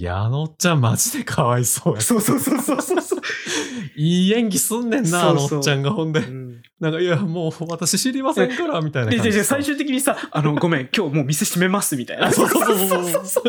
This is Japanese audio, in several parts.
いや、あのおっちゃんマジでかわいそうや。 そうそうそうそうそうそう。 いい演技すんねんな、 そうそうあのおっちゃんがほんで。 うんなんか、いや、もう私知りませんから、みたいな感じで、最終的にさ、ごめん、今日もう店閉めます、みたいな。 そうそうそうそう。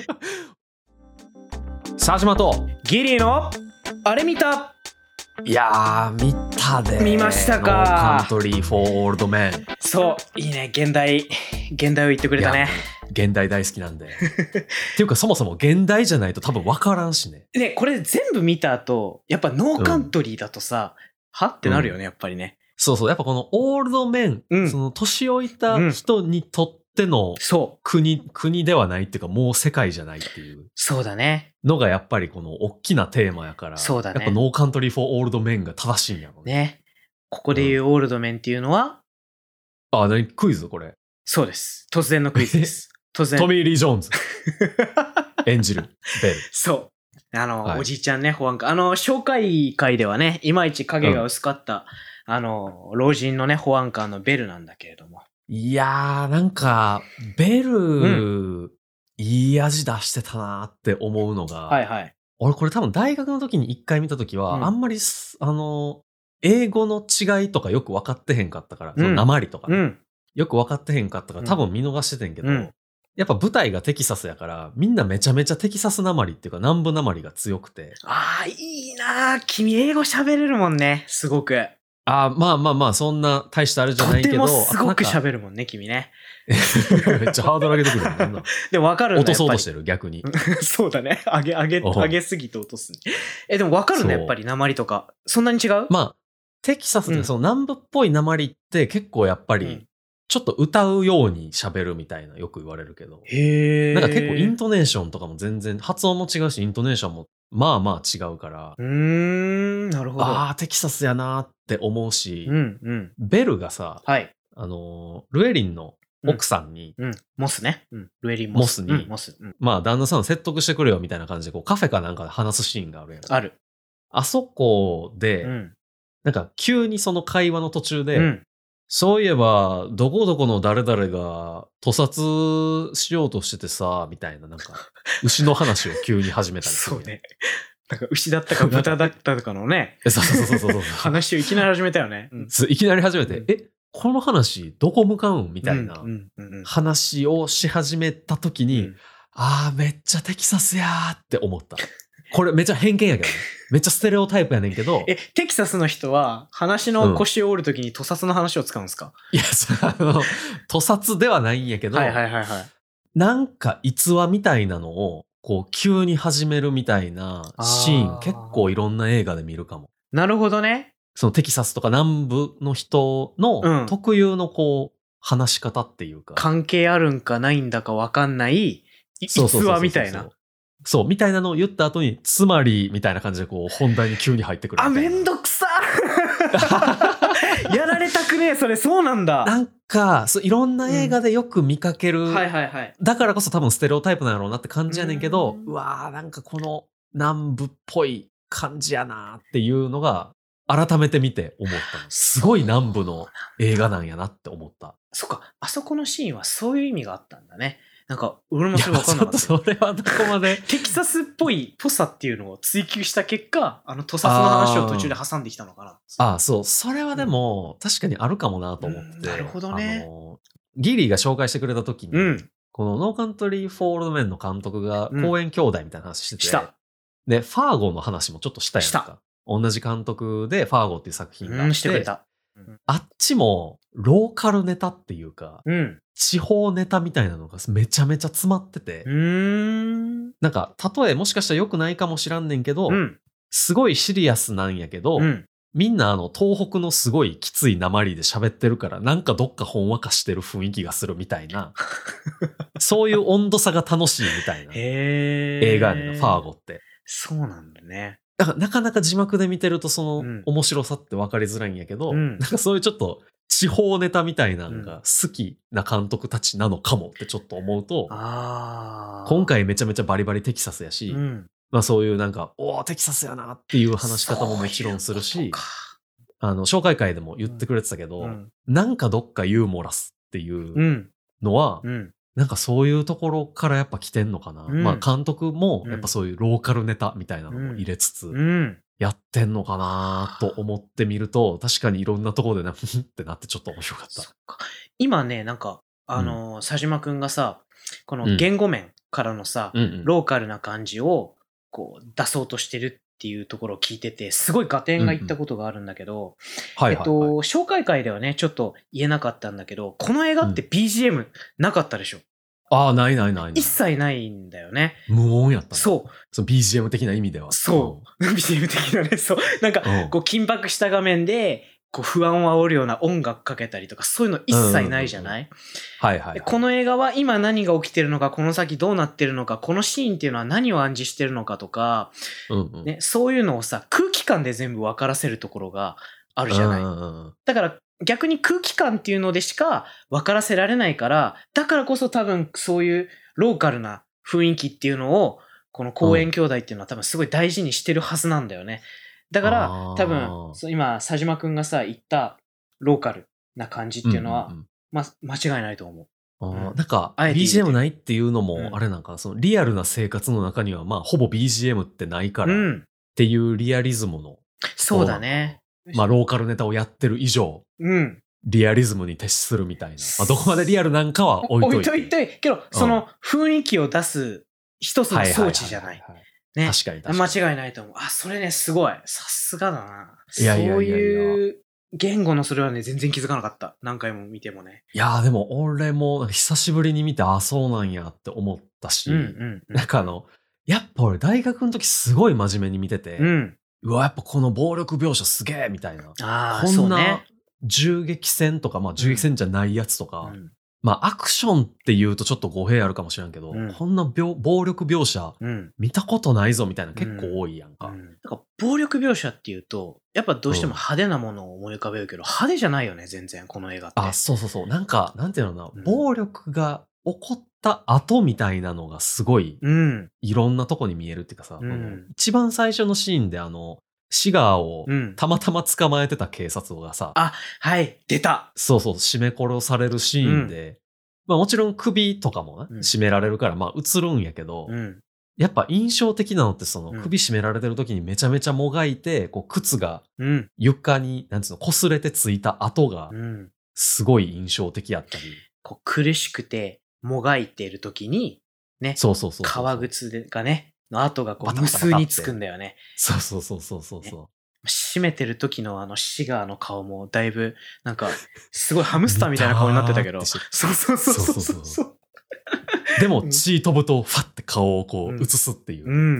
佐島と、 ギリの、あれ見た。 いやー、見たで。 見ましたか。 ノーカントリー・フォー・オールド・メン。 そう、いいね、現代を言ってくれたね。 現代大好きなんで。っていうか、そもそも現代じゃないと多分分からんしね。 ね、これ全部見た後、やっぱノーカントリーだとさ、はってなるよね、やっぱりね。 そうそう、やっぱこのオールドメン、その年老いた人にとっての国ではないっていうか、もう世界じゃないっていう。 そうだね。 のがやっぱりこの大きなテーマやから、 そうだね。 やっぱノーカントリー・フォー・オールド・メンが正しいんやろね。 ね。ここでいうオールドメンっていうのは、 あ、何クイズこれ。 そうです。突然のクイズです。突然。 トミー・リー・ジョーンズ。演じる。ベル。 そう。はい、おじいちゃんね、保安官。紹介会ではね、いまいち影が薄かった、老人のね、保安官のベルなんだけれども。 いやー、なんか、ベル、いい味出してたなって思うのが、 はいはい。 俺これ多分大学の時に一回見た時は、あんまり、英語の違いとかよく分かってへんかったから、その訛りとか、ねよく分かってへんかったから、多分見逃しててんけど、やっぱ舞台がテキサスやから、みんなめちゃめちゃテキサス訛りっていうか南部訛りが強くて。 ああ、いいなー。君英語喋れるもんね、すごく。 ああ、まあ、そんな大したあれじゃないけど。 とてもすごく喋るもんね、君ね。 めっちゃハードル上げてくるもんな。 でも分かるね。 落とそうとしてる、逆に。 そうだね。上げすぎて落とすね。でも分かるね、やっぱり訛りとか。そんなに違う？ まあ、テキサスってその南部っぽい訛りって結構やっぱり、ちょっと歌うように喋るみたいなよく言われるけど。 へー。 なんか結構イントネーションとかも全然、発音も違うし、イントネーションもまあまあ違うから。 なるほど。 ああ、テキサスやなって思うし、ベルがさ、 はい。 ルエリンの奥さんに、 モスね。ルエリンモスに、まあ旦那さん説得してくれよみたいな感じで、こうカフェかなんかで話すシーンがあるやん。 ある。 あそこで、なんか急にその会話の途中で、そういえば、どこどこの誰々が屠殺しようとしててさ、みたいな、なんか、牛の話を急に始めたりする。 そうね。なんか牛だったか豚だったかのね。 そう。 話をいきなり始めたよね。 いきなり始めて、この話どこ向かうんみたいな話をし始めた時に、めっちゃテキサスやーって思った。これめっちゃ偏見やけどね。めっちゃステレオタイプやねんけど。 テキサスの人は話の腰を折るときに屠殺の話を使うんですか？ いや、屠殺ではないんやけど、なんか逸話みたいなのを、こう急に始めるみたいなシーン結構いろんな映画で見るかも。 なるほどね。 そのテキサスとか南部の人の特有のこう話し方っていうか。 関係あるんかないんだかわかんない逸話みたいな。 そう、みたいなのを言った後に、つまり、みたいな感じでこう、本題に急に入ってくるみたいな。 めんどくさやられたくねえ、それ、そうなんだ。 なんか、いろんな映画でよく見かける。だからこそ多分ステレオタイプなんやろうなって感じやねんけど、うわー、なんかこの南部っぽい感じやなっていうのが、改めて見て思ったの。すごい南部の映画なんやなって思った。 そっか、あそこのシーンはそういう意味があったんだね。なんか、俺もそれ分かんなかった。 ちょっとそれはどこまで。 テキサスっぽさっていうのを追求した結果、屠殺の話を途中で挟んできたのかな。 そう。それはでも、確かにあるかもなと思って。 なるほどね。 ギリーが紹介してくれた時に、このノーカントリー・フォー・オールド・メンの監督が公演兄弟みたいな話してて、で、ファーゴの話もちょっとしたやんか。同じ監督でファーゴっていう作品があって、 してくれた。 あっちもローカルネタっていうか、地方ネタみたいなのがめちゃめちゃ詰まってて、なんか例えもしかしたら良くないかもしらんねんけど、すごいシリアスなんやけど、みんな東北のすごいきつい訛りで喋ってるからなんかどっかほんわかしてる雰囲気がするみたいなそういう温度差が楽しいみたいな映画やねんな、ファーゴって。 そうなんだね。 だからなかなか字幕で見てるとその面白さって分かりづらいんやけど、なんかそういうちょっと地方ネタみたいなのが好きな監督たちなのかもってちょっと思うと、今回めちゃめちゃバリバリテキサスやし、まあそういうなんか、テキサスやなっていう話し方ももちろんするし、紹介会でも言ってくれてたけど、なんかどっかユーモラスっていうのは、 なんかそういうところからやっぱ来てんのかな。まあ監督もやっぱそういうローカルネタみたいなのも入れつつ、やってんのかなと思ってみると、確かにいろんなところでな、ってなってちょっと面白かった。 今ね、なんか、佐島くんがさ、この言語面からのさ、ローカルな感じをこう出そうとしてるっていうところを聞いてて、すごい合点がいったことがあるんだけど、紹介会ではね、ちょっと言えなかったんだけど、この映画って BGM なかったでしょ。 ああ、ない。 一切ないんだよね。 無音やったね。 そう。 その BGM 的な意味では。 そう。BGM 的なね、そう。なんか、こう緊迫した画面で、こう不安を煽るような音楽かけたりとか、そういうの一切ないじゃない？この映画は今何が起きてるのか、この先どうなってるのか、このシーンっていうのは何を暗示してるのかとか、ね、そういうのをさ、空気感で全部分からせるところがあるじゃない？だから逆に空気感っていうのでしか分からせられないから、だからこそ多分そういうローカルな雰囲気っていうのを、この公園兄弟っていうのは多分すごい大事にしてるはずなんだよね。だから多分今佐島くんがさ言ったローカルな感じっていうのは、まあ間違いないと思う。 なんか BGM ないっていうのもあれなんか、そのリアルな生活の中にはまあほぼ BGM ってないからっていうリアリズムの、 そうだね。 まあローカルネタをやってる以上、リアリズムに徹するみたいな、まあ、どこまでリアルなんかは置いといてけどその雰囲気を出す一つの装置じゃない。ね。 確かに。 間違いないと思う。あ、それね、すごい。さすがだな。そういう言語のそれはね、全然気づかなかった。何回も見てもね。 いやーでも俺も久しぶりに見て、あ、そうなんやって思ったし、なんかやっぱ俺大学の時すごい真面目に見てて、うわ、やっぱこの暴力描写すげえみたいな。こんな銃撃戦とか、まあ銃撃戦じゃないやつとか、まあアクションって言うとちょっと語弊あるかもしれんけど、こんな暴力描写、見たことないぞみたいな結構多いやんか。 なんか暴力描写っていうと、やっぱどうしても派手なものを思い浮かべるけど、派手じゃないよね、全然この映画って。 あ、そう。なんか、なんていうのかな、暴力が起こった後みたいなのがすごい、いろんなとこに見えるっていうかさ、一番最初のシーンでシガーをたまたま捕まえてた警察がさ、 はい、出た。 そう、絞め殺されるシーンで、まあもちろん首とかもね、絞められるからまあ映るんやけど、やっぱ印象的なのってその首絞められてる時にめちゃめちゃもがいて、こう靴が床に、なんつうの、擦れてついた跡が、すごい印象的やったり。 こう苦しくてもがいてる時に、ね、革靴がね、の跡がこう無数につくんだよね。 そう。 締めてる時のシガーの顔もだいぶなんかすごいハムスターみたいな顔になってたけど。そう。 でも血飛ぶとファって顔をこう映すっていう。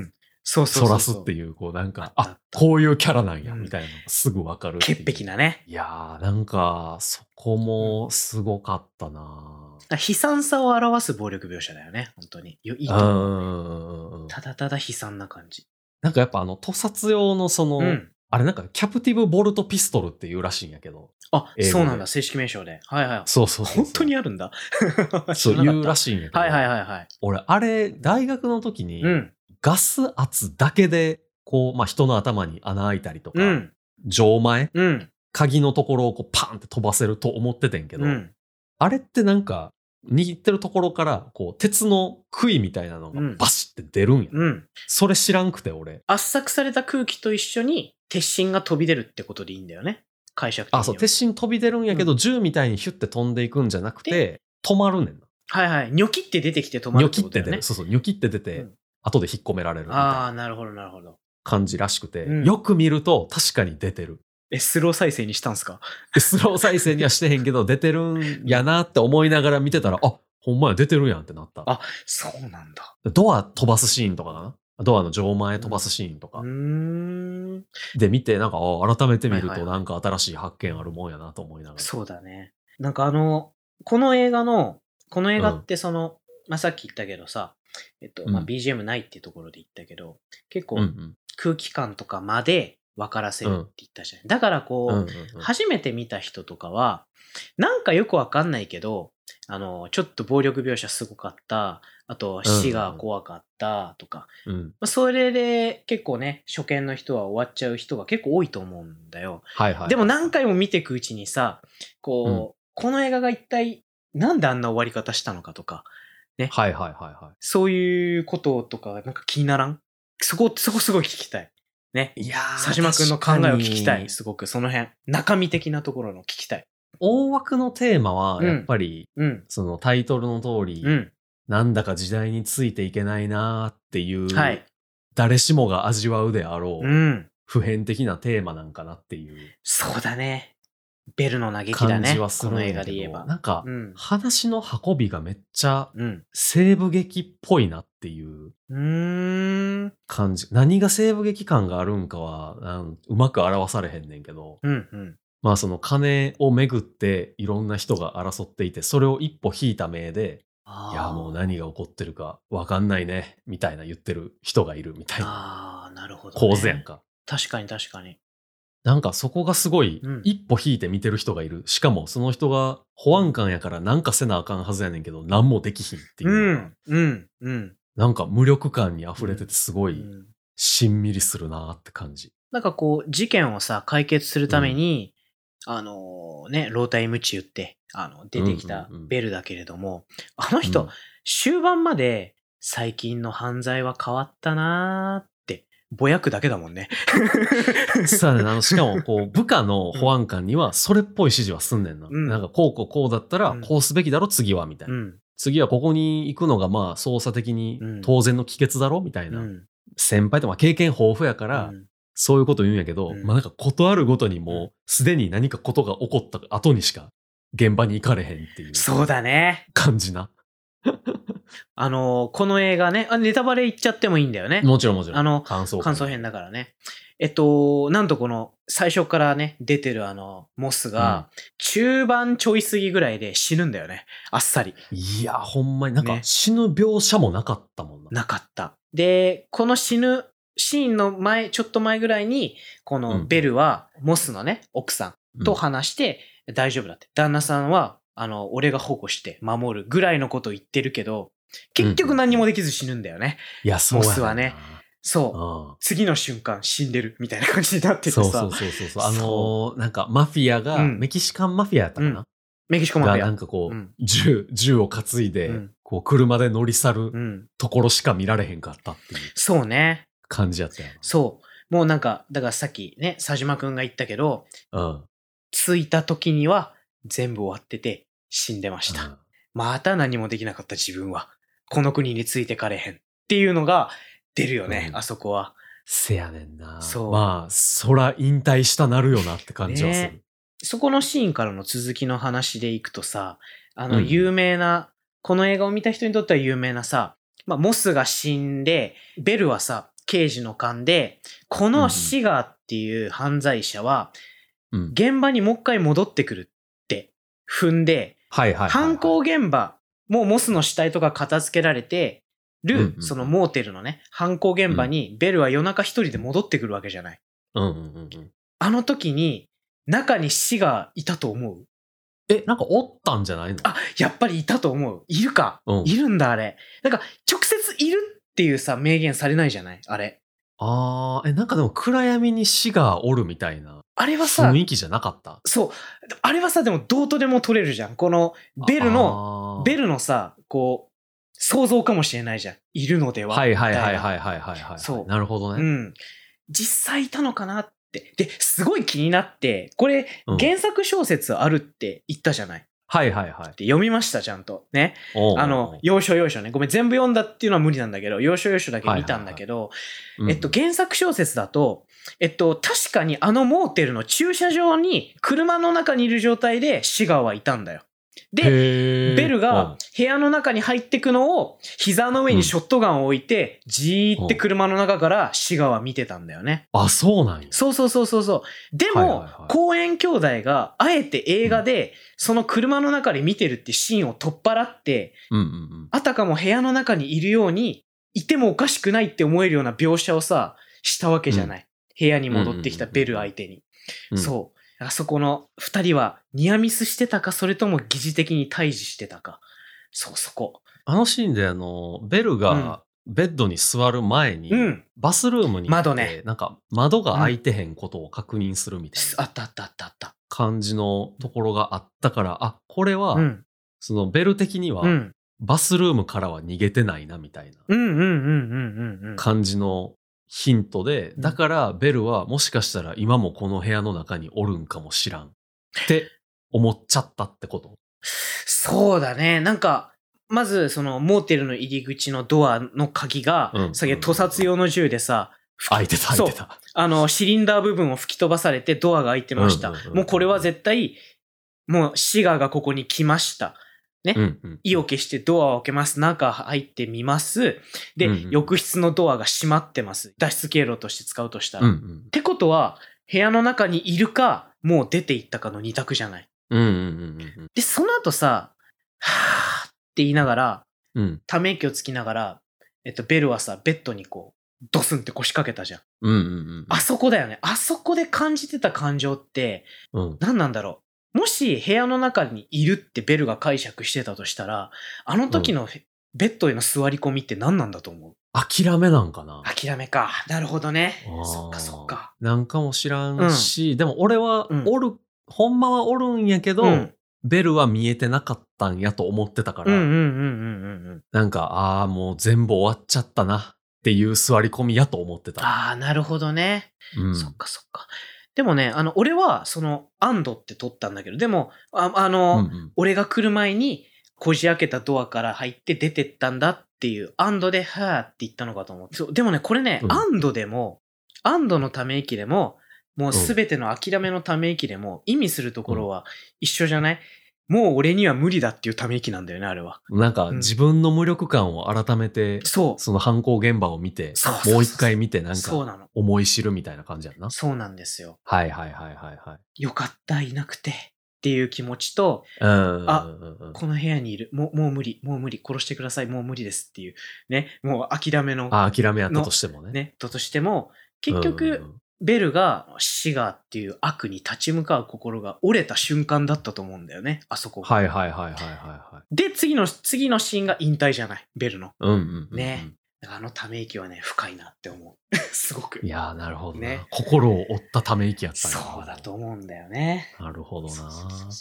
そう。 反らすっていう、こうなんか、あ、こういうキャラなんや、みたいなのがすぐわかる。 潔癖なね。 いやー、なんか、そこもすごかったな悲惨さを表す暴力描写だよね、本当に。いいと思う。ただただ悲惨な感じ。 なんかやっぱ屠殺用のあれなんかキャプティブボルトピストルっていうらしいんやけど。 あ、そうなんだ、正式名称で。はい。 そう。 本当にあるんだ。 そう言うらしいんやけど。 はい。 俺、あれ、大学の時に、ガス圧だけで、こう、まあ、人の頭に穴開いたりとか、錠前、鍵のところをこうパンって飛ばせると思っててんけど、あれってなんか、握ってるところから、こう、鉄の杭みたいなのがバシって出るんや。それ知らんくて、俺。 圧搾された空気と一緒に、鉄心が飛び出るってことでいいんだよね。解釈的には。 あ、そう、鉄心飛び出るんやけど、銃みたいにヒュッて飛んでいくんじゃなくて、止まるねんな。 はい。ニョキって出てきて止まるってことだよね。 そう、ニョキって出て、後で引っ込められるみたいな。 なるほど。 感じらしくて、よく見ると確かに出てる。 スロー再生にしたんすか？ スロー再生にはしてへんけど、出てるんやなって思いながら見てたら、あ、ほんまや出てるやんってなった。 あ、そうなんだ。 ドア飛ばすシーンとかかな？ドアの錠前飛ばすシーンとか。で見て、なんか、改めて見るとなんか新しい発見あるもんやなと思いながら。 そうだね。なんかこの映画ってまあ、さっき言ったけどさ、まあ、BGM ないっていうところで言ったけど、結構空気感とかまで分からせるって言ったじゃない。だからこう、初めて見た人とかは、なんかよくわかんないけど、ちょっと暴力描写すごかった、あと死が怖かったとか、まあ、それで結構ね、初見の人は終わっちゃう人が結構多いと思うんだよ。でも何回も見ていくうちにさ、こう、この映画が一体なんであんな終わり方したのかとか、 ね。 はいはいはいはい。 そういうこととか、なんか気にならん？そこすごい聞きたい。ね。 いやー、 佐島くんの考えを聞きたい。すごくその辺。中身的なところの聞きたい。 大枠のテーマは、やっぱり、そのタイトルの通り、なんだか時代についていけないなーっていう、はい、誰しもが味わうであろう、普遍的なテーマなんかなっていう。 そうだね。ベルの嘆きだね。 感じはするんだけど、この映画で言えば。なんか、話の運びがめっちゃ、西部劇っぽいなっていう感じ。何が西部劇感があるんかは、うまく表されへんねんけど、まあその金をめぐっていろんな人が争っていて、それを一歩引いた目で、いやもう何が起こってるかわかんないね、みたいな言ってる人がいるみたいな構図やんか。 確かに確かに。 なんかそこがすごい、一歩引いて見てる人がいる。しかもその人が保安官やからなんかせなあかんはずやねんけど、何もできひんっていうのが、なんか無力感に溢れててすごい、しんみりするなって感じ。 なんかこう、事件をさ、解決するために、老体鞭打って、出てきたベルだけれども、あの人、終盤まで最近の犯罪は変わったなーって、ぼやくだけだもんね。 そうだね。しかも、こう、部下の保安官には、それっぽい指示はすんねんな。なんか、こうだったら、こうすべきだろ、次は、みたいな。次はここに行くのが、まあ、捜査的に当然の帰結だろ、みたいな。先輩とか経験豊富やから、そういうこと言うんやけど、まあなんかことあるごとにもう、すでに何かことが起こった後にしか、現場に行かれへんっていう。 そうだね。 感じな。 この映画ね、ネタバレ言っちゃってもいいんだよね。 もちろん。 感想編だからね。なんとこの、最初からね、出てるモスが、中盤ちょい過ぎぐらいで死ぬんだよね。あっさり。 いや、ほんまになんか死ぬ描写もなかったもんな。 なかった。で、この死ぬシーンのちょっと前ぐらいに、このベルは、モスのね、奥さんと話して、大丈夫だって。旦那さんは、俺が保護して守るぐらいのことを言ってるけど、結局何もできず死ぬんだよね。 いや、そうやな。 モスはね。そう。次の瞬間死んでるみたいな感じになっててさ。 そう。なんかマフィアが、メキシカンマフィアやったかな、 メキシコマフィア。 がなんかこう、銃を担いで、こう車で乗り去るところしか見られへんかったっていう。 そうね。 感じやったよ。 そう。もうなんか、だからさっきね、佐島くんが言ったけど、着いた時には全部終わってて死んでました。また何もできなかった自分は、この国についてかれへんっていうのが出るよね、あそこは。 せやねんな。そう。まあ、そら引退したなるよなって感じはする。 そこのシーンからの続きの話でいくとさ、有名な、この映画を見た人にとっては有名なさ、まあ、モスが死んで、ベルはさ、刑事の勘で、このシガーっていう犯罪者は、現場にもう一回戻ってくるって踏んで、犯行現場、もうモスの死体とか片付けられてる、そのモーテルのね、犯行現場にベルは夜中一人で戻ってくるわけじゃない。あの時に、中に死がいたと思う？ なんかおったんじゃないの？ あ、やっぱりいたと思う。いるか。いるんだ、あれ。なんか、直接いるっていうさ、明言されないじゃないあれ。 なんかでも暗闇に死がおるみたいな。 あれはさ、 雰囲気じゃなかった？ そう。あれはさ、でもどうとでも取れるじゃん。この、ベルのさ、こう、想像かもしれないじゃん。いるのでは。 はい。そう。なるほどね。 実際いたのかなって。で、すごい気になって、これ、原作小説あるって言ったじゃない。 はい。 読みました、ちゃんと。ね。要所ね。ごめん、全部読んだっていうのは無理なんだけど、要所だけ見たんだけど、原作小説だと、確かにモーテルの駐車場に車の中にいる状態でシガーはいたんだよ。で、ベルが部屋の中に入ってくのを膝の上にショットガンを置いて、じーって車の中からシガーは見てたんだよね。 あ、そうなんや。 そう。でも、コーエン兄弟があえて映画でその車の中で見てるってシーンを取っ払って、あたかも部屋の中にいるようにいてもおかしくないって思えるような描写をさ、したわけじゃない。部屋に戻ってきたベル相手に。そう。あそこの二人はニアミスしてたか、それとも疑似的に対峙してたか。そう、そこ。 あのシーンでベルがベッドに座る前に、バスルームに行って、窓ね。なんか窓が開いてへんことを確認するみたいな。 あった。 感じのところがあったから、あ、これは、そのベル的には、 バスルームからは逃げてないなみたいな感じのヒントで、だからベルはもしかしたら今もこの部屋の中におるんかもしらんって思っちゃったってこと？ そうだね。なんか、まずそのモーテルの入り口のドアの鍵が、さっき屠殺用の銃でさ、 開いてた。 シリンダー部分を吹き飛ばされてドアが開いてました。もうこれは絶対、もうシガーがここに来ました。ね。意を消してドアを開けます。中入ってみます。で、浴室のドアが閉まってます。脱出経路として使うとしたら。ってことは、部屋の中にいるか、もう出て行ったかの二択じゃない。で、その後さ、はぁって言いながら、ため息をつきながら、ベルはさ、ベッドにこう、ドスンって腰掛けたじゃん。あそこだよね。あそこで感じてた感情って、何なんだろう。もし部屋の中にいるってベルが解釈してたとしたら、あの時のベッドへの座り込みって何なんだと思う？ 諦めなんかな？ 諦めか。なるほどね。そっか。 なんかも知らんし、でも俺はほんまはおるんやけど、ベルは見えてなかったんやと思ってたから、なんか、もう全部終わっちゃったなっていう座り込みやと思ってた。 なるほどね。そっか。でもね、俺は、安堵って取ったんだけど、でも、俺が来る前に、こじ開けたドアから入って出てったんだっていう、安堵で、はーって言ったのかと思って。そう、でもね、これね、安堵でも、安堵のため息でも、もうすべての諦めのため息でも、意味するところは一緒じゃない？もう俺には無理だっていうため息なんだよね、あれは。 なんか、自分の無力感を改めて、その犯行現場を見て、もう一回見て、なんか、思い知るみたいな感じやな。 そうなんですよ。 はい。 よかった、いなくて。っていう気持ちと、この部屋にいる。もう無理。殺してください。もう無理ですっていう。ね。もう諦めの。 諦めやったとしてもね。 ね。としても、結局、ベルがシガーっていう悪に立ち向かう心が折れた瞬間だったと思うんだよね。あそこ。 はい。 で、次のシーンが引退じゃない。ベルの。ね。あのため息はね、深いなって思う。すごく。 いやー、なるほどね。心を折ったため息やったんや。 そうだと思うんだよね。 なるほどな。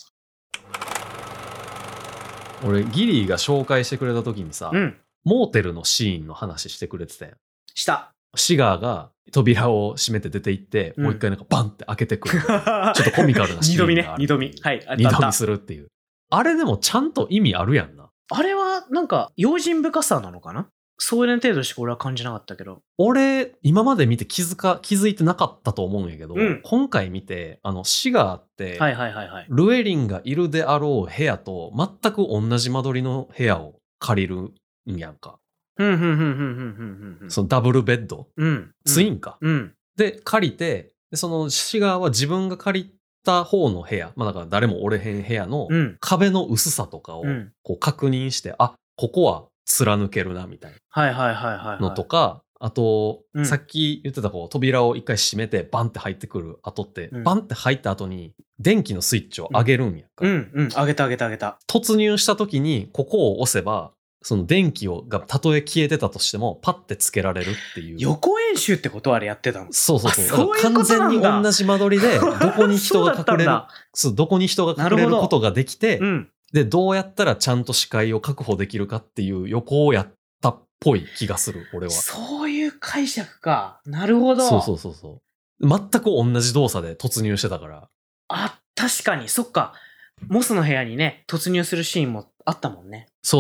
俺、ギリーが紹介してくれた時にさ、モーテルのシーンの話してくれてたやん。 した。 シガーが扉を閉めて出て行って、もう一回なんかバンって開けてくる。ちょっとコミカルなシーンがある。 二度見。はい。 二度見するっていう。あれでもちゃんと意味あるやんな。 あれはなんか用心深さなのかな？そういう程度しか俺は感じなかったけど。 俺、今まで見て気づいてなかったと思うんやけど、今回見て、シガーって、ルエリンがいるであろう部屋と全く同じ間取りの部屋を借りるんやんか。そのダブルベッド、ツインか、で借りて、そのシガーは自分が借りた方の部屋、だから誰もおれへん部屋の壁の薄さとかをこう確認して、ここは貫けるなみたいなのとか、あと、さっき言ってた扉を一回閉めてバンって入ってくる後って、バンって入った後に電気のスイッチを上げるんやんか。 上げた。 突入した時にここを押せば、その電気がたとえ消えてたとしてもパッてつけられるっていう。 予行演習ってことあれやってたの？ そう。完全に同じ間取りで、どこに人が隠れる、どこに人が隠れることができて、で、どうやったらちゃんと視界を確保できるかっていう予行をやったっぽい気がする、俺は。 そういう解釈か。なるほど。 そう。全く同じ動作で突入してたから。 確かに、そっか。モスの部屋にね、突入するシーンもあったもんね。 そう。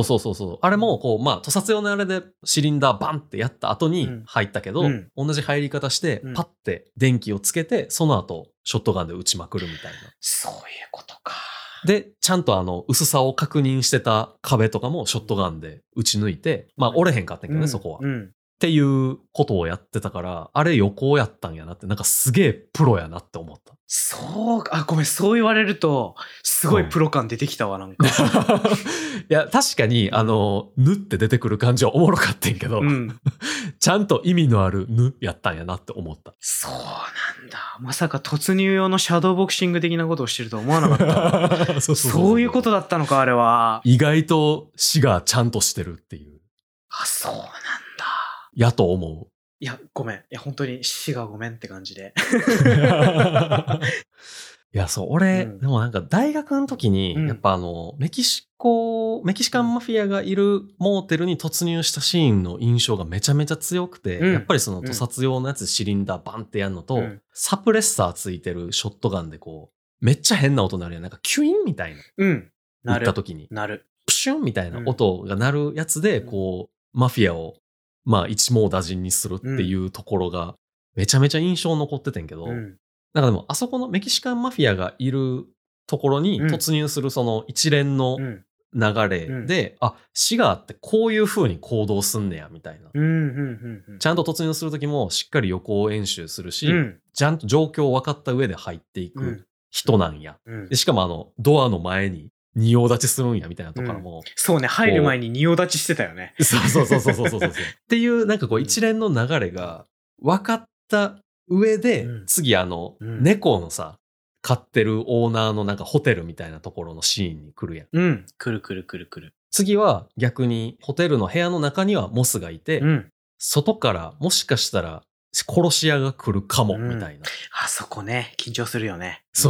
あれも、屠殺用のあれでシリンダーバンってやった後に入ったけど、同じ入り方して、パッて電気をつけて、その後、ショットガンで撃ちまくるみたいな。 そういうことか。 で、ちゃんと薄さを確認してた壁とかもショットガンで撃ち抜いて、折れへんかったんけどね、そこは。っていうことをやってたから、あれ予行やったんやなって、なんかすげえプロやなって思った。 そうか。ごめん、そう言われると、すごいプロ感出てきたわ、なんか。 いや、確かに、ぬって出てくる感じはおもろかったんけど、ちゃんと意味のあるぬやったんやなって思った。 そうなんだ。まさか突入用のシャドーボクシング的なことをしてるとは思わなかった。そういうことだったのか、あれは。 意外と死がちゃんとしてるっていう。 そうなんだ。 やと思う。 いや、ごめん。いや、本当に死がごめんって感じで。 いや、そう、俺、でもなんか大学の時に、やっぱメキシカンマフィアがいるモーテルに突入したシーンの印象がめちゃめちゃ強くて、やっぱりその屠殺用のやつシリンダーバンってやるのと、サプレッサーついてるショットガンでこう、めっちゃ変な音鳴るやん。なんかキュインみたいな。撃った時に。プシュンみたいな音が鳴るやつで、こう、マフィアを、まあ一網打尽にするっていうところが、めちゃめちゃ印象残っててんけど、なんかでも、あそこのメキシカンマフィアがいるところに突入するその一連の流れで、あ、シガーってこういう風に行動すんねや、みたいな。ちゃんと突入するときもしっかり予行演習するし、ちゃんと状況を分かった上で入っていく人なんや。でしかもドアの前に仁王立ちするんや、みたいなところも。 そうね、入る前に仁王立ちしてたよね。 そう。っていう、なんかこう一連の流れが分かった上で、次猫のさ、飼ってるオーナーのなんかホテルみたいなところのシーンに来るやん。 来る。 次は逆にホテルの部屋の中にはモスがいて、外からもしかしたら殺し屋が来るかも、みたいな。 あそこね、緊張するよね。 そう。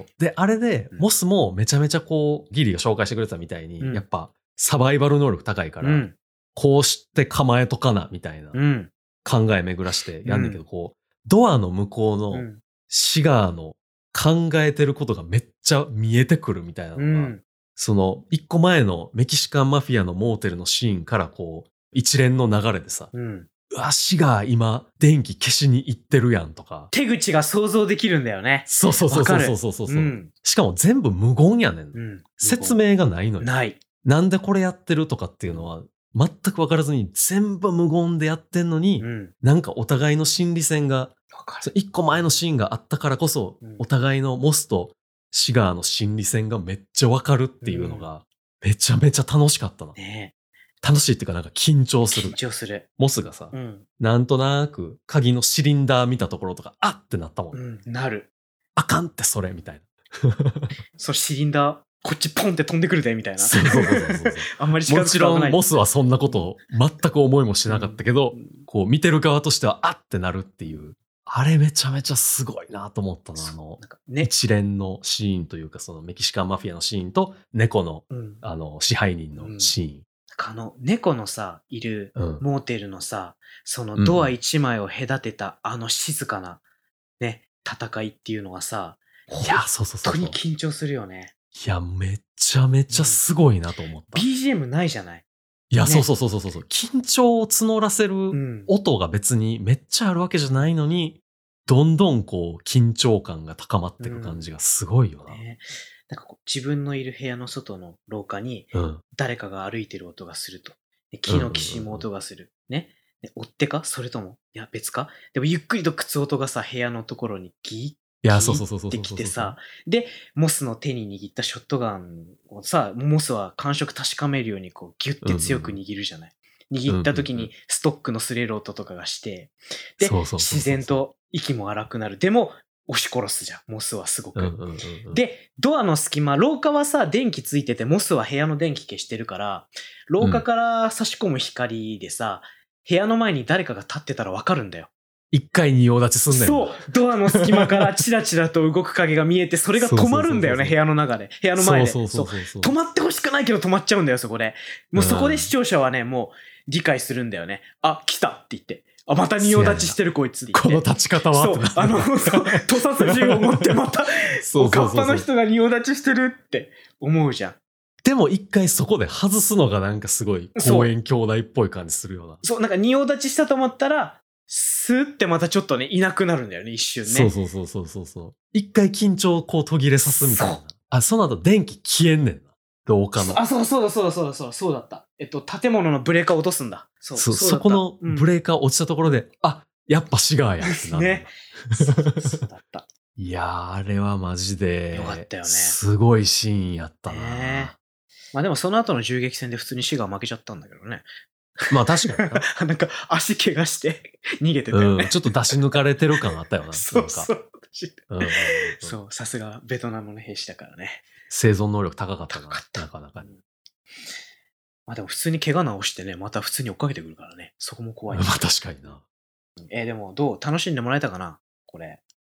で、あれで、モスもめちゃめちゃこう、ギリが紹介してくれてたみたいに、やっぱサバイバル能力高いから、こうして構えとかな、みたいな考え巡らしてやんねんけど、こう、ドアの向こうのシガーの考えてることがめっちゃ見えてくるみたいなのが、その一個前のメキシカンマフィアのモーテルのシーンからこう一連の流れでさ、うわ、シガー今電気消しに行ってるやんとか。 手口が想像できるんだよね。 そう。しかも全部無言やねん。説明がないのに。 ない。 なんでこれやってるとかっていうのは、全く分からずに全部無言でやってんのに、なんかお互いの心理戦が、一個前のシーンがあったからこそ、お互いのモスとシガーの心理戦がめっちゃ分かるっていうのが、めちゃめちゃ楽しかったな。楽しいっていうかなんか緊張する。モスがさ、なんとなく鍵のシリンダー見たところとか、あってなったもん。 なる。 あかんってそれみたいな。 そう、シリンダー、こっちポンって飛んでくるで、みたいな。 そう。 あんまり近づくと危ない。 もちろん、モスはそんなことを全く思いもしなかったけど、こう見てる側としては、あってなるっていう。あれめちゃめちゃすごいなと思ったな。一連のシーンというか、そのメキシカンマフィアのシーンと、猫の、支配人のシーン。 猫のさ、いるモーテルのさ、そのドア一枚を隔てた静かな、ね、戦いっていうのはさ、 いや、そう。 本当に緊張するよね。 いや、めちゃめちゃすごいなと思った。 BGM ないじゃない。 いや、そう。緊張を募らせる音が別にめっちゃあるわけじゃないのに、どんどんこう、緊張感が高まっていく感じがすごいよな。 なんかこう自分のいる部屋の外の廊下に、誰かが歩いてる音がすると。木のきしむ音がする。ね。追っ手かそれとも、いや別かでもゆっくりと靴音がさ、部屋のところにギーってきてさ、で、モスの手に握ったショットガンをさ、モスは感触確かめるようにこうギュッて強く握るじゃない。握った時にストックの擦れる音とかがして、で、自然と息も荒くなる。でも、押し殺すじゃん、モスはすごく。で、ドアの隙間、廊下はさ、電気ついてて、モスは部屋の電気消してるから、廊下から差し込む光でさ、部屋の前に誰かが立ってたらわかるんだよ。 一回仁王立ちすんだよ。 そう。ドアの隙間からチラチラと動く影が見えて、それが止まるんだよね、部屋の中で。部屋の前で。止まってほしくないけど止まっちゃうんだよ、そこで。もうそこで視聴者はね、もう理解するんだよね。あ、来たって言って。あ、また仁王立ちしてるこいつって言って。 この立ち方はそう。土佐筋を持ってまた、おかっぱの人が仁王立ちしてるって思うじゃん。 でも一回そこで外すのがなんかすごい公園兄弟っぽい感じするような。 そう、なんか仁王立ちしたと思ったら、スーってまたちょっとね、いなくなるんだよね、一瞬ね。 そう。一回緊張をこう途切れさすみたいな。その後電気消えんねんな。廊下の。そうだった。建物のブレーカー落とすんだ。そこのブレーカー落ちたところで、やっぱシガーやってなる。 ね。そうだった。 いやー、あれはマジで。 よかったよね。 すごいシーンやったな。 まあでもその後の銃撃戦で普通にシガー負けちゃったんだけどね。 まあ確かにな。 なんか足怪我して逃げてたよね。 ちょっと出し抜かれてる感あったよな。 そう。そう、さすがベトナムの兵士だからね。 生存能力高かったな。なかなかに。 まあでも普通に怪我治してね、また普通に追っかけてくるからね。そこも怖い。 まあ確かにな。 でもどう楽しんでもらえたかなこれ。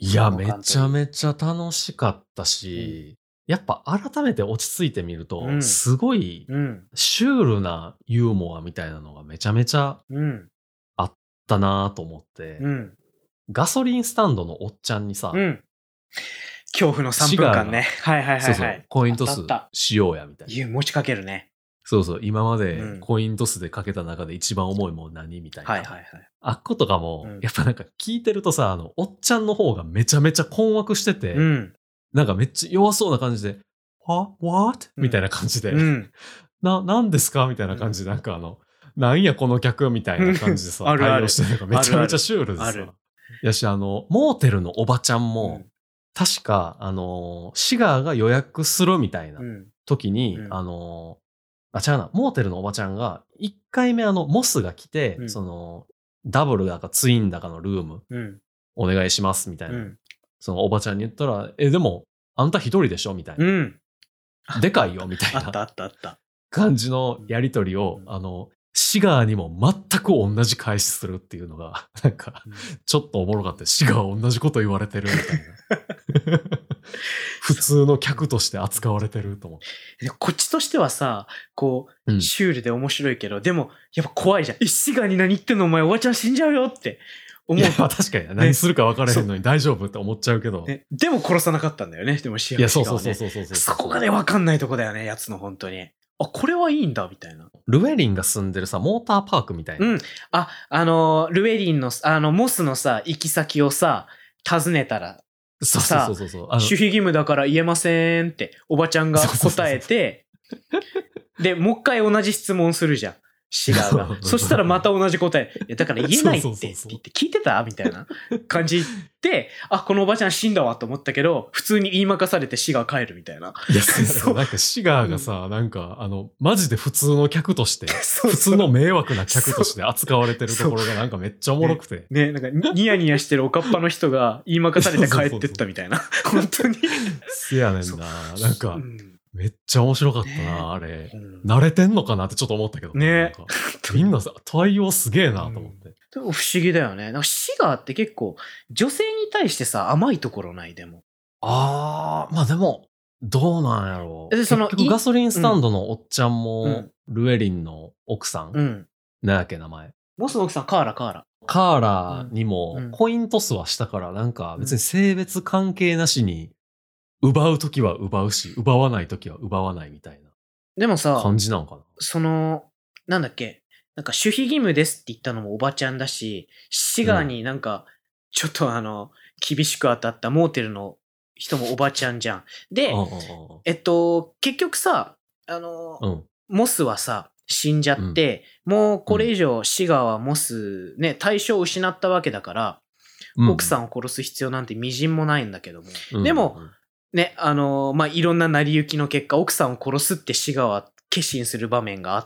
いや、めちゃめちゃ楽しかったし、やっぱ改めて落ち着いてみると、すごいシュールなユーモアみたいなのがめちゃめちゃあったなと思って、ガソリンスタンドのおっちゃんにさ、 恐怖の3分間ね。はいはいはい、はい。そうそう。 コイントスしようやみたいな。 持ちかけるね。 そうそう。今までコイントスでかけた中で一番重いもん何みたいな。 はいはいはい。 あっことかも、やっぱなんか聞いてるとさ、おっちゃんの方がめちゃめちゃ困惑してて、なんかめっちゃ弱そうな感じで、what? みたいな感じで、なんですかみたいな感じで、なんかなんやこの客みたいな感じでさ、対応してるのがめちゃめちゃシュールでさ。やし、モーテルのおばちゃんも、確か、シガーが予約するみたいな時に、違うな、モーテルのおばちゃんが、1回目モスが来て、ダブルだかツインだかのルーム、お願いしますみたいな。そのおばちゃんに言ったら、でも、あんた一人でしょみたいな。でかいよみたいな。 あった感じのやりとりを、シガーにも全く同じ返しするっていうのが、なんか、ちょっとおもろかった。シガー同じこと言われてるみたいな。普通の客として扱われてると思って。 こっちとしてはさ、こう、シュールで面白いけど、でも、やっぱ怖いじゃん。シガーに何言ってんのお前おばちゃん死んじゃうよって思う。 いや、確かに、ね、何するか分からへんのに大丈夫って思っちゃうけど。 でも殺さなかったんだよね。でもシガーは、ね。 いや、そう。 そこがね、分かんないとこだよね、やつの本当に。これはいいんだ、みたいな。 ルウェリンが住んでるさ、モーターパークみたいな。 ルウェリンの、モスのさ、行き先をさ、尋ねたら、 そう。 守秘義務だから言えませんって、おばちゃんが答えて、で、もう一回同じ質問するじゃん。シガーが。そしたらまた同じ答え。いや、だから言えないって言って聞いてたみたいな感じで、このおばちゃん死んだわと思ったけど、普通に言いまかされてシガー帰るみたいな。 いや、そう。なんかシガーがさ、なんか、マジで普通の客として、普通の迷惑な客として扱われてるところがなんかめっちゃおもろくて。 ね、なんかニヤニヤしてるおかっぱの人が言いまかされて帰ってったみたいな。本当に。 せやねんな。なんか、めっちゃ面白かったな、あれ。慣れてんのかなってちょっと思ったけど。 ね。 みんなさ、対応すげえなと思って。 不思議だよね。なんかシガーって結構、女性に対してさ、甘いところないでも。 まあでも、どうなんやろう。結局ガソリンスタンドのおっちゃんも、ルエリンの奥さん、なんやっけ名前。 モスの奥さん、カーラ。 カーラにも、コイントスはしたから、なんか別に性別関係なしに、奪うときは奪うし、奪わないときは奪わないみたいな。 でもさ、 感じなのかな。 なんだっけ、なんか守秘義務ですって言ったのもおばちゃんだし、シガーになんか、ちょっと厳しく当たったモーテルの人もおばちゃんじゃん。で、結局さ、モスはさ、死んじゃって、もうこれ以上シガーはモス、ね、対象を失ったわけだから、奥さんを殺す必要なんてみじんもないんだけども。でも、ね、いろんな成り行きの結果、奥さんを殺すってシガーは決心する場面があって、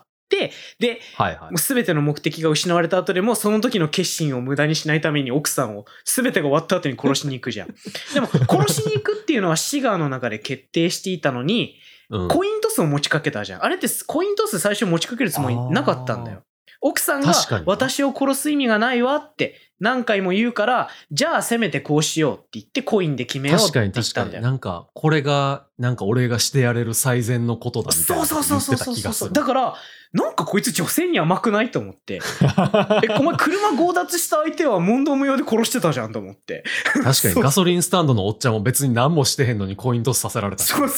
で、もう全ての目的が失われた後でも、その時の決心を無駄にしないために奥さんを全てが終わった後に殺しに行くじゃん。でも、殺しに行くっていうのはシガーの中で決定していたのに、コイントスを持ちかけたじゃん。あれってコイントス最初持ちかけるつもりなかったんだよ。奥さんが私を殺す意味がないわって何回も言うから、じゃあせめてこうしようって言ってコインで決めようって言ったんだよ。 なんかこれがなんか俺がしてやれる最善のことだみたいな言ってた気がする。 だからなんかこいつ女性に甘くないと思って。お前車強奪した相手は問答無用で殺してたじゃんと思って。 確かにガソリンスタンドのおっちゃんも別に何もしてへんのにコイントスさせられた。 そう。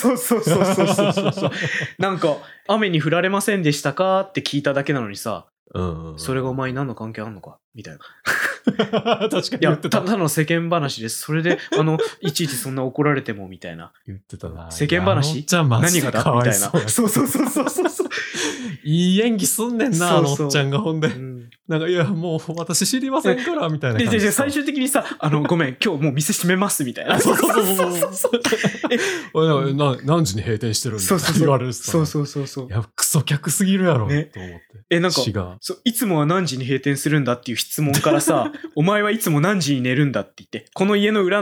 なんか雨に降られませんでしたかって聞いただけなのにさ。それがお前に何の関係あんのかみたいな。 確かに言ってた。 ただの世間話です。それで、いちいちそんな怒られてもみたいな。 言ってたな。 世間話何がだみたいな。そう。 いい演技すんねんな、おっちゃんがほんで。なんか、いや、もう私知りませんから、みたいな感じで。 最終的にさ、ごめん、今日もう店閉めますみたいな。 そう。何時に閉店してるんだって言われるさ。 そう。 いや、クソ客すぎるやろ、と思って。 なんか、いつもは何時に閉店するんだっていう質問からさ、お前はいつも何時に寝るんだって言って、この家の裏の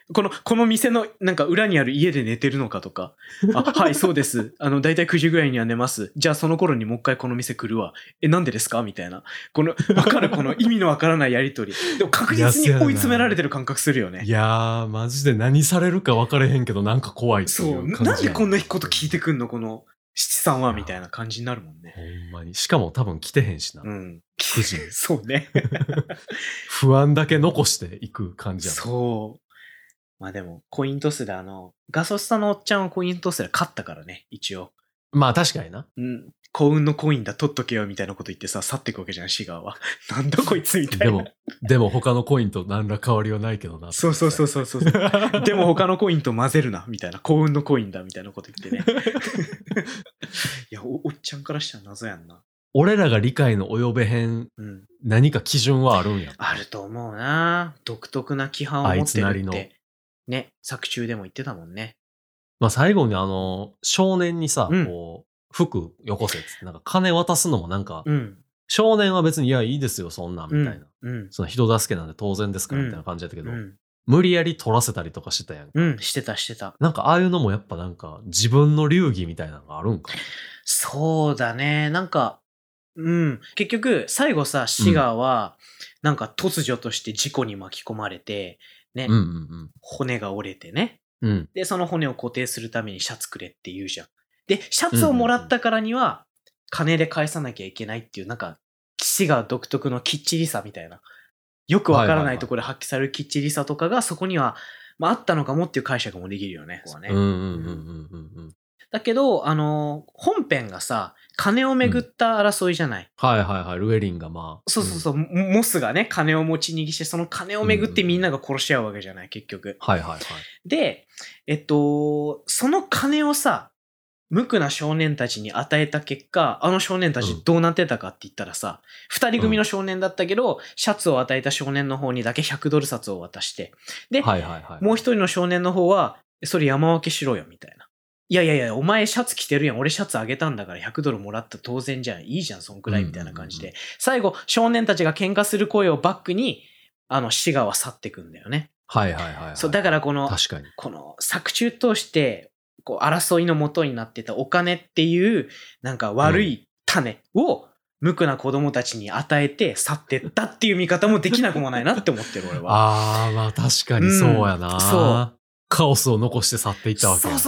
この店のなんか裏にある家で寝てるのかとか。はい、そうです。だいたい9時ぐらいには寝ます。じゃあその頃にもう一回この店来るわ。なんでですかみたいな。わかるこの意味のわからないやりとり。でも確実に追い詰められてる感覚するよね。 いやー、マジで何されるか分かれへんけどなんか怖いっていう感じ。 そう。なんでこんなこと聞いてくんのこの七さんはみたいな感じになるもんね。 ほんまに。しかも多分来てへんしな。 うん。 9時に。 そうね。 不安だけ残していく感じやな。 そう。まあでも、コイントスでガソスタのおっちゃんはコイントスで勝ったからね、一応。 まあ確かにな。 うん。幸運のコインだ、取っとけよ、みたいなこと言ってさ、去っていくわけじゃん、シガーは。なんだこいつ、みたいな。 でも他のコインと何ら変わりはないけどな。 そう。でも他のコインと混ぜるな、みたいな。幸運のコインだ、みたいなこと言ってね。いやおっちゃんからしたら謎やんな。 俺らが理解の及べへん、何か基準はあるんや。 あると思うな。独特な規範を持ってるって。ね、作中でも言ってたもんね。 まあ最後に少年にさ、こう、服よこせっつって、なんか金渡すのもなんか、少年は別にいやいいですよそんなんみたいな。その人助けなんで当然ですからみたいな感じだったけど、無理やり取らせたりとかしてたやんか。 してた。 なんかああいうのもやっぱなんか自分の流儀みたいなのがあるんか。 そうだね。なんか、結局最後さ、シガーは、なんか突如として事故に巻き込まれて、ね、骨が折れてね、で、その骨を固定するためにシャツくれって言うじゃん。で、シャツをもらったからには、金で返さなきゃいけないっていう、なんか、シガー独特のきっちりさみたいな。よくわからないところで発揮されるきっちりさとかが、そこには、まあ、あったのかもっていう解釈もできるよね、ここはね。だけど、本編がさ、金をめぐった争いじゃない。 ルエリンがまあ。 そう、モスがね、金を持ち逃げして、その金をめぐってみんなが殺し合うわけじゃない、結局。で、その金をさ、無垢な少年たちに与えた結果、あの少年たちどうなってたかって言ったらさ、二人組の少年だったけど、シャツを与えた少年の方にだけ100ドル札を渡して、で、もう一人の少年の方は、それ山分けしろよ、みたいな。いや、お前シャツ着てるやん。俺シャツあげたんだから100ドルもらった当然じゃん。いいじゃん、そんくらいみたいな感じで。最後、少年たちが喧嘩する声をバックに、シガは去ってくんだよね。そう、だからこの作中通して、こう、争いの元になってたお金っていう、なんか悪い種を、無垢な子供たちに与えて去ってったっていう見方もできなくもないなって思ってる、俺は。 まあ確かにそうやな。そう。カオスを残して去っていったわけや。 そう。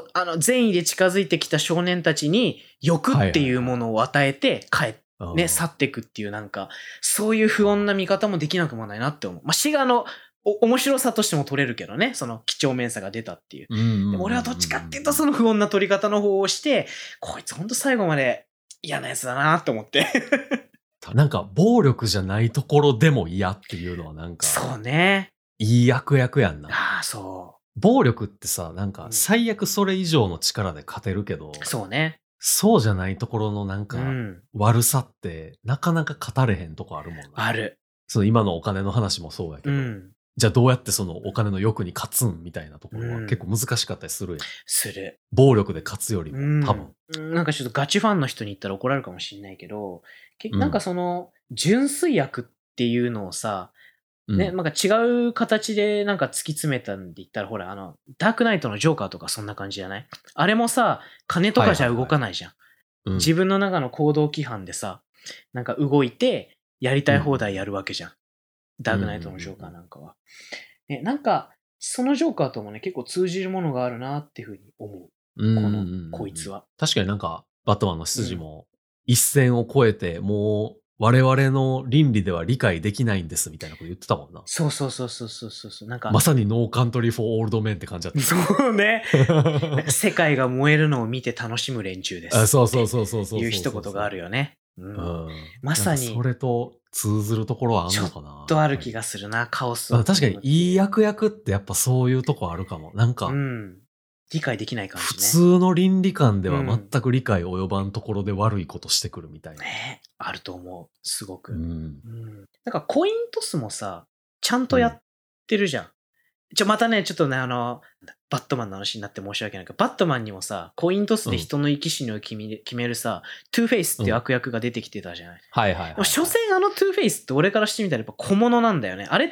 善意で近づいてきた少年たちに欲っていうものを与えて去っていくっていうなんか、そういう不穏な見方もできなくもないなって思う。まあ、シガの面白さとしても取れるけどね、その几帳面さが出たっていう。でも俺はどっちかっていうとその不穏な取り方の方をして、こいつほんと最後まで嫌なやつだなって思って。 なんか暴力じゃないところでも嫌っていうのはなんか。 そうね。 いい悪役やんな。 そう。 暴力ってさ、なんか最悪それ以上の力で勝てるけど。 そうね。 そうじゃないところのなんか悪さってなかなか語れへんとこあるもんな。 ある。 その今のお金の話もそうやけど。じゃあどうやってそのお金の欲に勝つんみたいなところは結構難しかったりするやん。 する。 暴力で勝つよりも多分。なんかちょっとガチファンの人に言ったら怒られるかもしれないけど、なんかその純粋悪っていうのをさ、ね、なんか違う形でなんか突き詰めたんで言ったら、ほら、ダークナイトのジョーカーとかそんな感じじゃない？あれもさ、金とかじゃ動かないじゃん。自分の中の行動規範でさ、なんか動いて、やりたい放題やるわけじゃん。ダークナイトのジョーカーなんかは。ね、なんか、そのジョーカーともね、結構通じるものがあるなっていうふうに思う。こいつは。 確かになんか、バットマンの筋も、一線を越えて、もう、我々の倫理では理解できないんですみたいなこと言ってたもんな。 そう。なんかまさにノーカントリーフォーオールドメンって感じだった。 そうね。世界が燃えるのを見て楽しむ連中です。 そう。 いう一言があるよね。まさに。 それと通ずるところはあるのかな。 ちょっとある気がするな、カオス。 確かにいい役ってやっぱそういうとこあるかも。なんか。 理解できない感じね。 普通の倫理観では全く理解及ばんところで悪いことしてくるみたいな。 ね、あると思う。すごく。なんかコイントスもさ、ちゃんとやってるじゃん。 またね、ちょっとね、バットマンの話になって申し訳ないけど、バットマンにもさ、コイントスで人の生き死にを決めるさ、トゥーフェイスっていう悪役が出てきてたじゃない。 はいはいはい。 所詮トゥーフェイスって俺からしてみたらやっぱ小物なんだよね。あれって、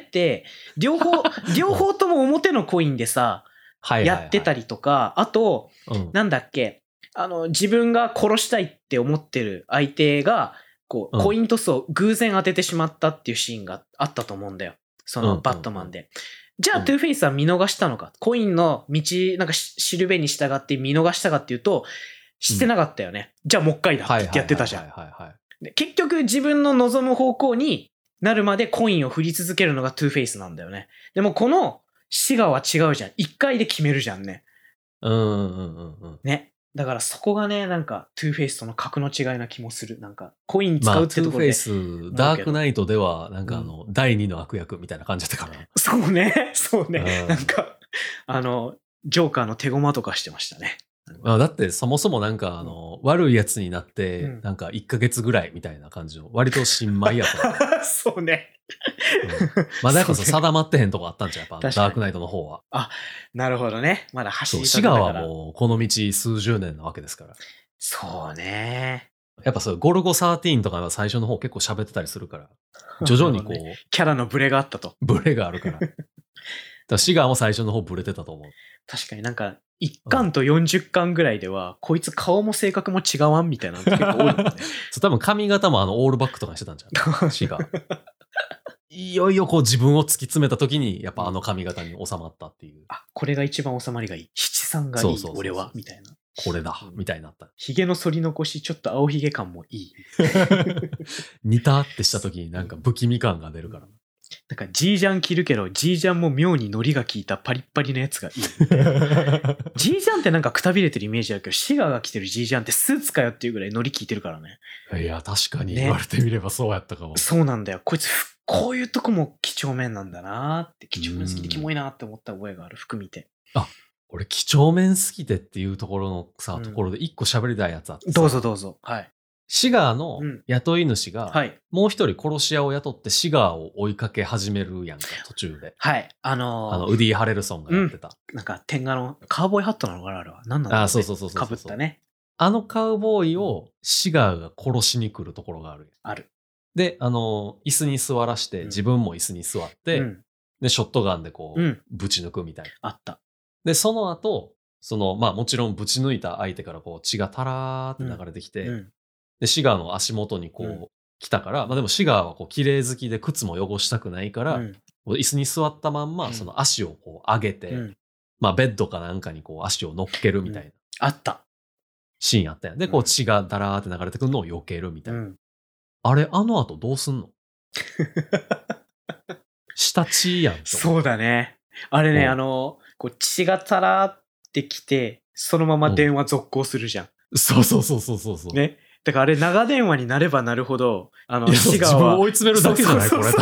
両方とも表のコインでさ、やってたりとか、あと、なんだっけ、自分が殺したいって思ってる相手が、こう、コイントスを偶然当ててしまったっていうシーンがあったと思うんだよ。そのバットマンで。じゃあ、トゥーフェイスは見逃したのか、コインの道、なんかしるべに従って見逃したかっていうと、してなかったよね。じゃあもう一回だってやってたじゃん。結局自分の望む方向になるまでコインを振り続けるのがトゥーフェイスなんだよね。でもこのシガは違うじゃん。一回で決めるじゃんね。ね。だからそこがね、なんかトゥーフェイスとの格の違いな気もする。なんかコイン使うってところで。 トゥーフェイス、ダークナイトでは、なんか第二の悪役みたいな感じだったから。 そうね。そうね。なんか、ジョーカーの手駒とかしてましたね。 だってそもそもなんか悪いやつになって、なんか1ヶ月ぐらいみたいな感じの、割と新米やった。 そうね。 まだやっぱ定まってへんとこあったんちゃうやっぱダークナイトの方は。 あ、なるほどね。まだ走りシガはもうこの道数十年なわけですから。 そうね。 やっぱそうゴルゴ13とかは最初の方結構喋ってたりするから、徐々にこう、 キャラのブレがあったと。 ブレがあるから。シガーも最初の方ブレてたと思う。 確かになんか、1巻と40巻ぐらいでは、こいつ顔も性格も違わんみたいなの結構多いもんね。 多分髪型もオールバックとかにしてたんじゃん。シガー。いよいよこう自分を突き詰めた時に、やっぱ髪型に収まったっていう。 あ、これが一番収まりがいい。七三がいい、俺は、みたいな。 これだ、みたいになった。 髭の剃り残し、ちょっと青髭感もいい。 似たってした時になんか不気味感が出るから。 なんかジージャン着るけど、ジージャンも妙に海苔が効いたパリッパリのやつがいい。ジージャンってなんかくたびれてるイメージあるけど、シガーが着てるジージャンってスーツかよっていうぐらい海苔効いてるからね。 いや、確かに言われてみればそうやったかも。 そうなんだよ。こいつ、こういうとこも几帳面なんだなーって、几帳面好きでキモいなーって思った覚えがある、服見て。 あ、俺几帳面好きでっていうところのさ、ところで一個喋りたいやつあってさ。 どうぞどうぞ。はい。 シガーの雇い主が、もう一人殺し屋を雇ってシガーを追いかけ始めるやんか、途中で。 はい。 ウディ・ハレルソンがやってた。 なんか、天下のカウボーイハットなのかなあれは。何なんだろう、ね。 そう。 かぶったね。 カウボーイをシガーが殺しに来るところがある。 ある。 で、椅子に座らして、自分も椅子に座って、で、ショットガンでこう、ぶち抜くみたいな。 あった。 で、その後、もちろんぶち抜いた相手からこう血がタラーって流れてきて、で、シガーの足元にこう、来たから、でもシガーはこう、綺麗好きで靴も汚したくないから、椅子に座ったまんま、その足をこう上げて、ベッドかなんかにこう足を乗っけるみたいな。 あった。 シーンあったやん。で、こう血がダラーって流れてくるのを避けるみたいな。あれ、後どうすんの下血やん。 そうだね。あれね、こう血がタラーってきて、そのまま電話続行するじゃん。そう。ね。だからあれ長電話になればなるほど、 シガーは。自分を追い詰めるだけじゃないこれ。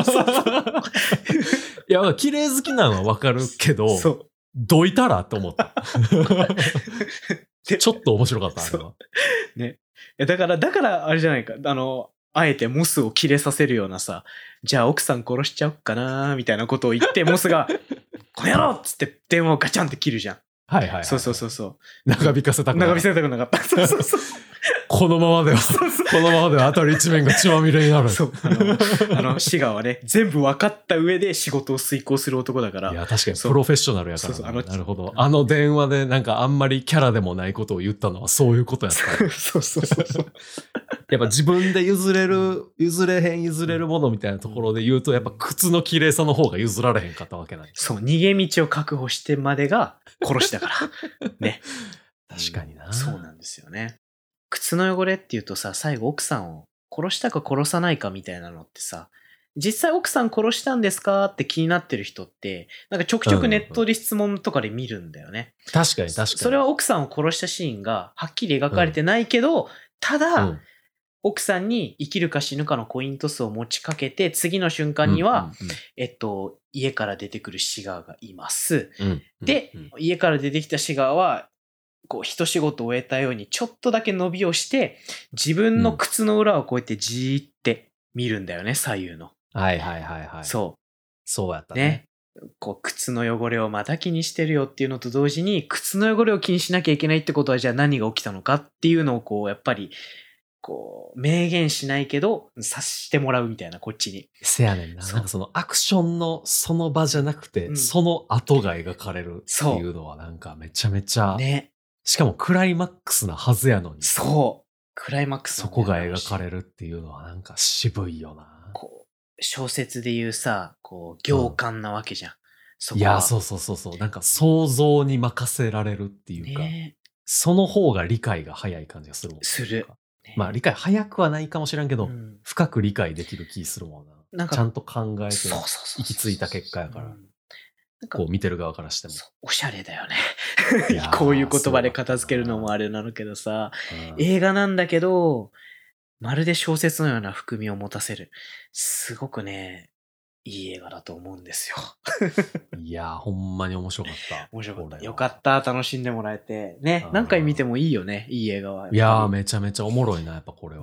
いや、綺麗好きなのはわかるけど、どいたらって思った。ちょっと面白かった、あれは。 ね。だからあれじゃないか。あえてモスをキレさせるようなさ、じゃあ奥さん殺しちゃおっかなーみたいなことを言って、モスが、この野郎っつって電話をガチャンって切るじゃん。 はい。 そう。 長引かせたくなかった。 長引かせたくなかった。そう。 このままでは辺り一面が血まみれになる。 そう。シガーはね、全部分かった上で仕事を遂行する男だから。 いや、確かにプロフェッショナルやから。なるほど。電話でなんかあんまりキャラでもないことを言ったのはそういうことやった。 そう。 やっぱ自分で譲れるものみたいなところで言うと、やっぱ靴の綺麗さの方が譲られへんかったわけない。 そう、逃げ道を確保してまでが殺しだから。ね。 確かにな。 そうなんですよね。靴の汚れって言うとさ、最後奥さんを殺したか殺さないかみたいなのってさ、実際奥さん殺したんですかって気になってる人って、なんかちょくちょくネットで質問とかで見るんだよね。 確かに。 それは奥さんを殺したシーンがはっきり描かれてないけど、ただ、奥さんに生きるか死ぬかのコイントスを持ちかけて、次の瞬間には、家から出てくるシガーがいます。で、家から出てきたシガーは、こう、一仕事を終えたように、ちょっとだけ伸びをして、自分の靴の裏をこうやってじーって見るんだよね、左右の。 はい。 そうやったね。 こう、靴の汚れをまた気にしてるよっていうのと同時に、靴の汚れを気にしなきゃいけないってことは、じゃあ何が起きたのかっていうのをこう、やっぱり、こう、明言しないけど、察してもらうみたいな、こっちに。 せやねんな。なんかそのアクションのその場じゃなくて、その後が描かれるっていうのはなんかめちゃめちゃ、ね。しかもクライマックスなはずやのに。 そう。クライマックスそこが描かれるっていうのはなんか渋いよな。 こう、小説で言うさ、こう、行間なわけじゃん。 いや、そう。なんか想像に任せられるっていうか、その方が理解が早い感じがするもん。 する。 まあ理解早くはないかもしれんけど、深く理解できる気するもんな。なんかちゃんと考えて行き着いた結果やから。こう見てる側からしても。 おしゃれだよね。こういう言葉で片付けるのもあれなのけどさ、映画なんだけど、まるで小説のような含みを持たせる。すごくね、いい映画だと思うんですよ。 いやー、ほんまに面白かった。 面白かった。よかった。楽しんでもらえて。ね。何回見てもいいよね。いい映画は。 いやー、めちゃめちゃおもろいな、やっぱこれは。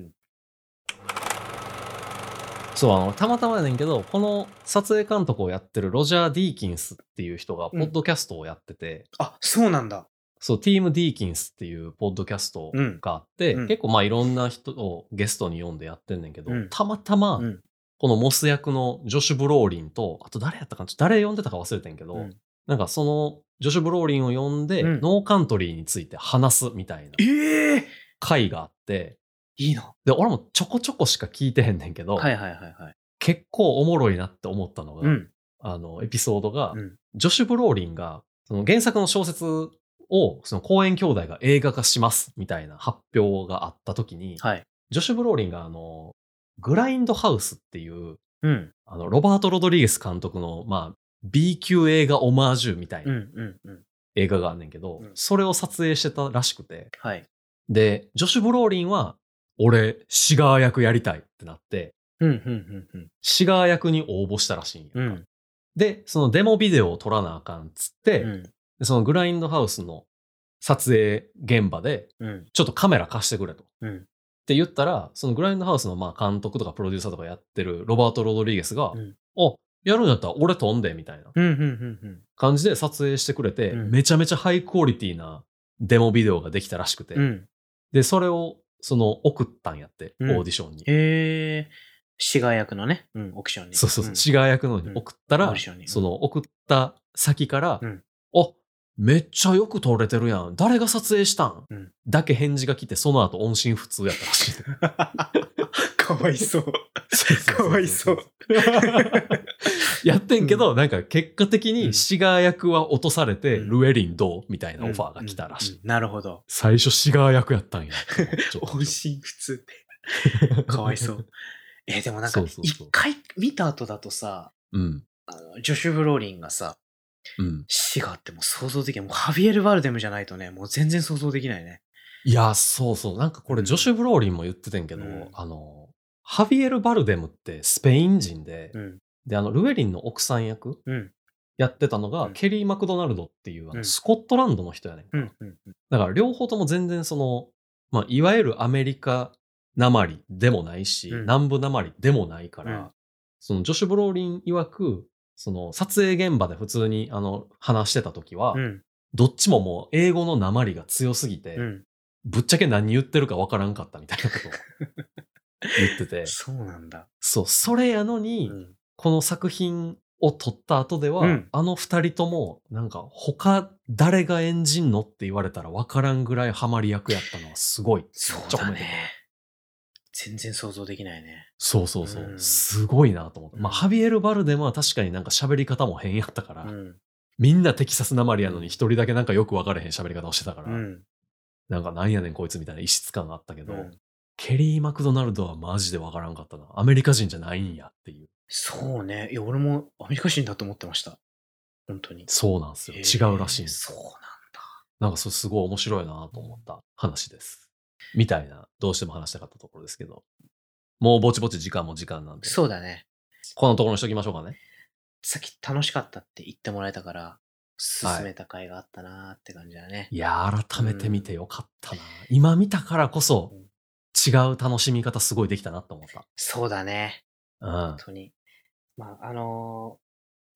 そう、たまたまやねんけど、この撮影監督をやってるロジャー・ディーキンスっていう人が、ポッドキャストをやってて。 あ、そうなんだ。 そう、ティーム・ディーキンスっていうポッドキャストがあって、結構まあいろんな人をゲストに呼んでやってんねんけど、たまたま、このモス役のジョシュ・ブローリンと、あと誰やったかな、誰呼んでたか忘れてんけど、なんかそのジョシュ・ブローリンを呼んで、ノーカントリーについて話すみたいな回があって、 いいな。 で、俺もちょこちょこしか聞いてへんねんけど、結構おもろいなって思ったのが、エピソードが、ジョシュ・ブローリンが、その原作の小説を、そのコーエン兄弟が映画化しますみたいな発表があった時に、ジョシュ・ブローリンがグラインドハウスっていう、ロバート・ロドリゲス監督の、まあ、B 級映画オマージュみたいな映画があんねんけど、それを撮影してたらしくて、で、ジョシュ・ブローリンは、俺、シガー役やりたいってなって、シガー役に応募したらしいんや、で、そのデモビデオを撮らなあかんっつって、そのグラインドハウスの撮影現場で、ちょっとカメラ貸してくれと。って言ったら、そのグラインドハウスのまあ監督とかプロデューサーとかやってるロバート・ロドリゲスが、やるんやったら俺飛んでみたいな感じで撮影してくれて、めちゃめちゃハイクオリティなデモビデオができたらしくて、で、それを送ったんやって、オーディションに。 シガー役のね、オークションに。 そう、シガー役のに送ったら、その送った先から、めっちゃよく撮れてるやん。誰が撮影したん、だけ返事が来て、その後音信不通やったらしい。 かわいそう。かわいそう。 やってんけど、なんか結果的にシガー役は落とされて、ルエリンどうみたいなオファーが来たらしい。 なるほど。 最初シガー役やったんや。 音信不通って。かわいそう。でもなんか、一回見た後だとさ、ジョシュ・ブローリンがさ、シガーってもう想像できない。もうハビエル・バルデムじゃないとね、もう全然想像できないね。 いや、そう。なんかこれ、ジョシュ・ブローリンも言っててんけど、ハビエル・バルデムってスペイン人で、で、ルエリンの奥さん役、やってたのが、ケリー・マクドナルドっていう、スコットランドの人やねんか。だから両方とも全然まあ、いわゆるアメリカなまりでもないし、南部なまりでもないから、そのジョシュ・ブローリン曰く、撮影現場で普通に話してた時は、どっちももう英語のなまりが強すぎて、ぶっちゃけ何言ってるかわからんかったみたいなことを言ってて。 そうなんだ。 そう、それやのに、この作品を撮った後では、二人とも、なんか他誰が演じんのって言われたらわからんぐらいハマり役やったのはすごい。 そうだね。全然想像できないね。 そう。すごいなと思って。まあ、ハビエル・バルデムは確かになんか喋り方も変やったから、みんなテキサスなまりやのに一人だけなんかよく分かれへん喋り方をしてたから、なんかなんやねんこいつみたいな異質感があったけど、ケリー・マクドナルドはマジで分からんかったな。アメリカ人じゃないんやっていう。 そうね。いや、俺もアメリカ人だと思ってました。本当に。 そうなんですよ。違うらしいんです。 そうなんだ。 なんかすごい面白いなと思った話です。みたいな、どうしても話したかったところですけど。もうぼちぼち時間も時間なんで。 そうだね。 このところにしときましょうかね。 さっき楽しかったって言ってもらえたから、進めた甲斐があったなーって感じだね。 いや、改めて見てよかったな。今見たからこそ、違う楽しみ方すごいできたなと思った。 そうだね。本当に。まあ、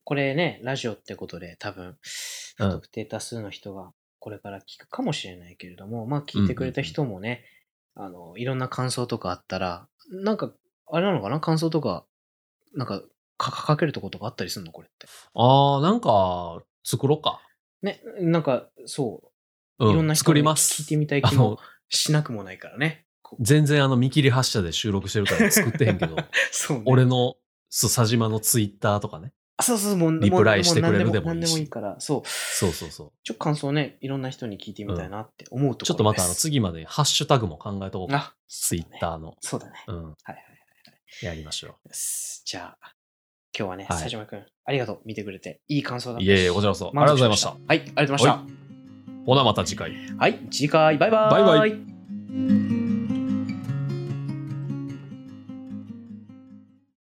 これね、ラジオってことで多分、不特定多数の人がこれから聞くかもしれないけれども、まあ聞いてくれた人もね、いろんな感想とかあったら、なんか、あれなのかな、感想とか、なんか、かけるとことかあったりするのこれって。 なんか、作ろうか。 ね、なんか、そう。いろんな人に聞いてみたい気もしなくもないからね。 全然見切り発車で収録してるから作ってへんけど、 そうね。 俺の、佐島のツイッターとかね。 そうそう、もう、 リプライしてくれるでもいいし。 何でもいいから、そう。 そう。 感想ね、いろんな人に聞いてみたいなって思うところです。 ちょっとまた次までハッシュタグも考えとこうか。ツイッターの。 そうだね。 やりましょう。 じゃあ、今日はね、佐島くん、ありがとう。見てくれて。いい感想だった。 いえいえ、こちらこそ。ありがとうございました。はい、 ありがとうございました。 ほな、また次回。 はい、次回、バイバイ。 バイバイ。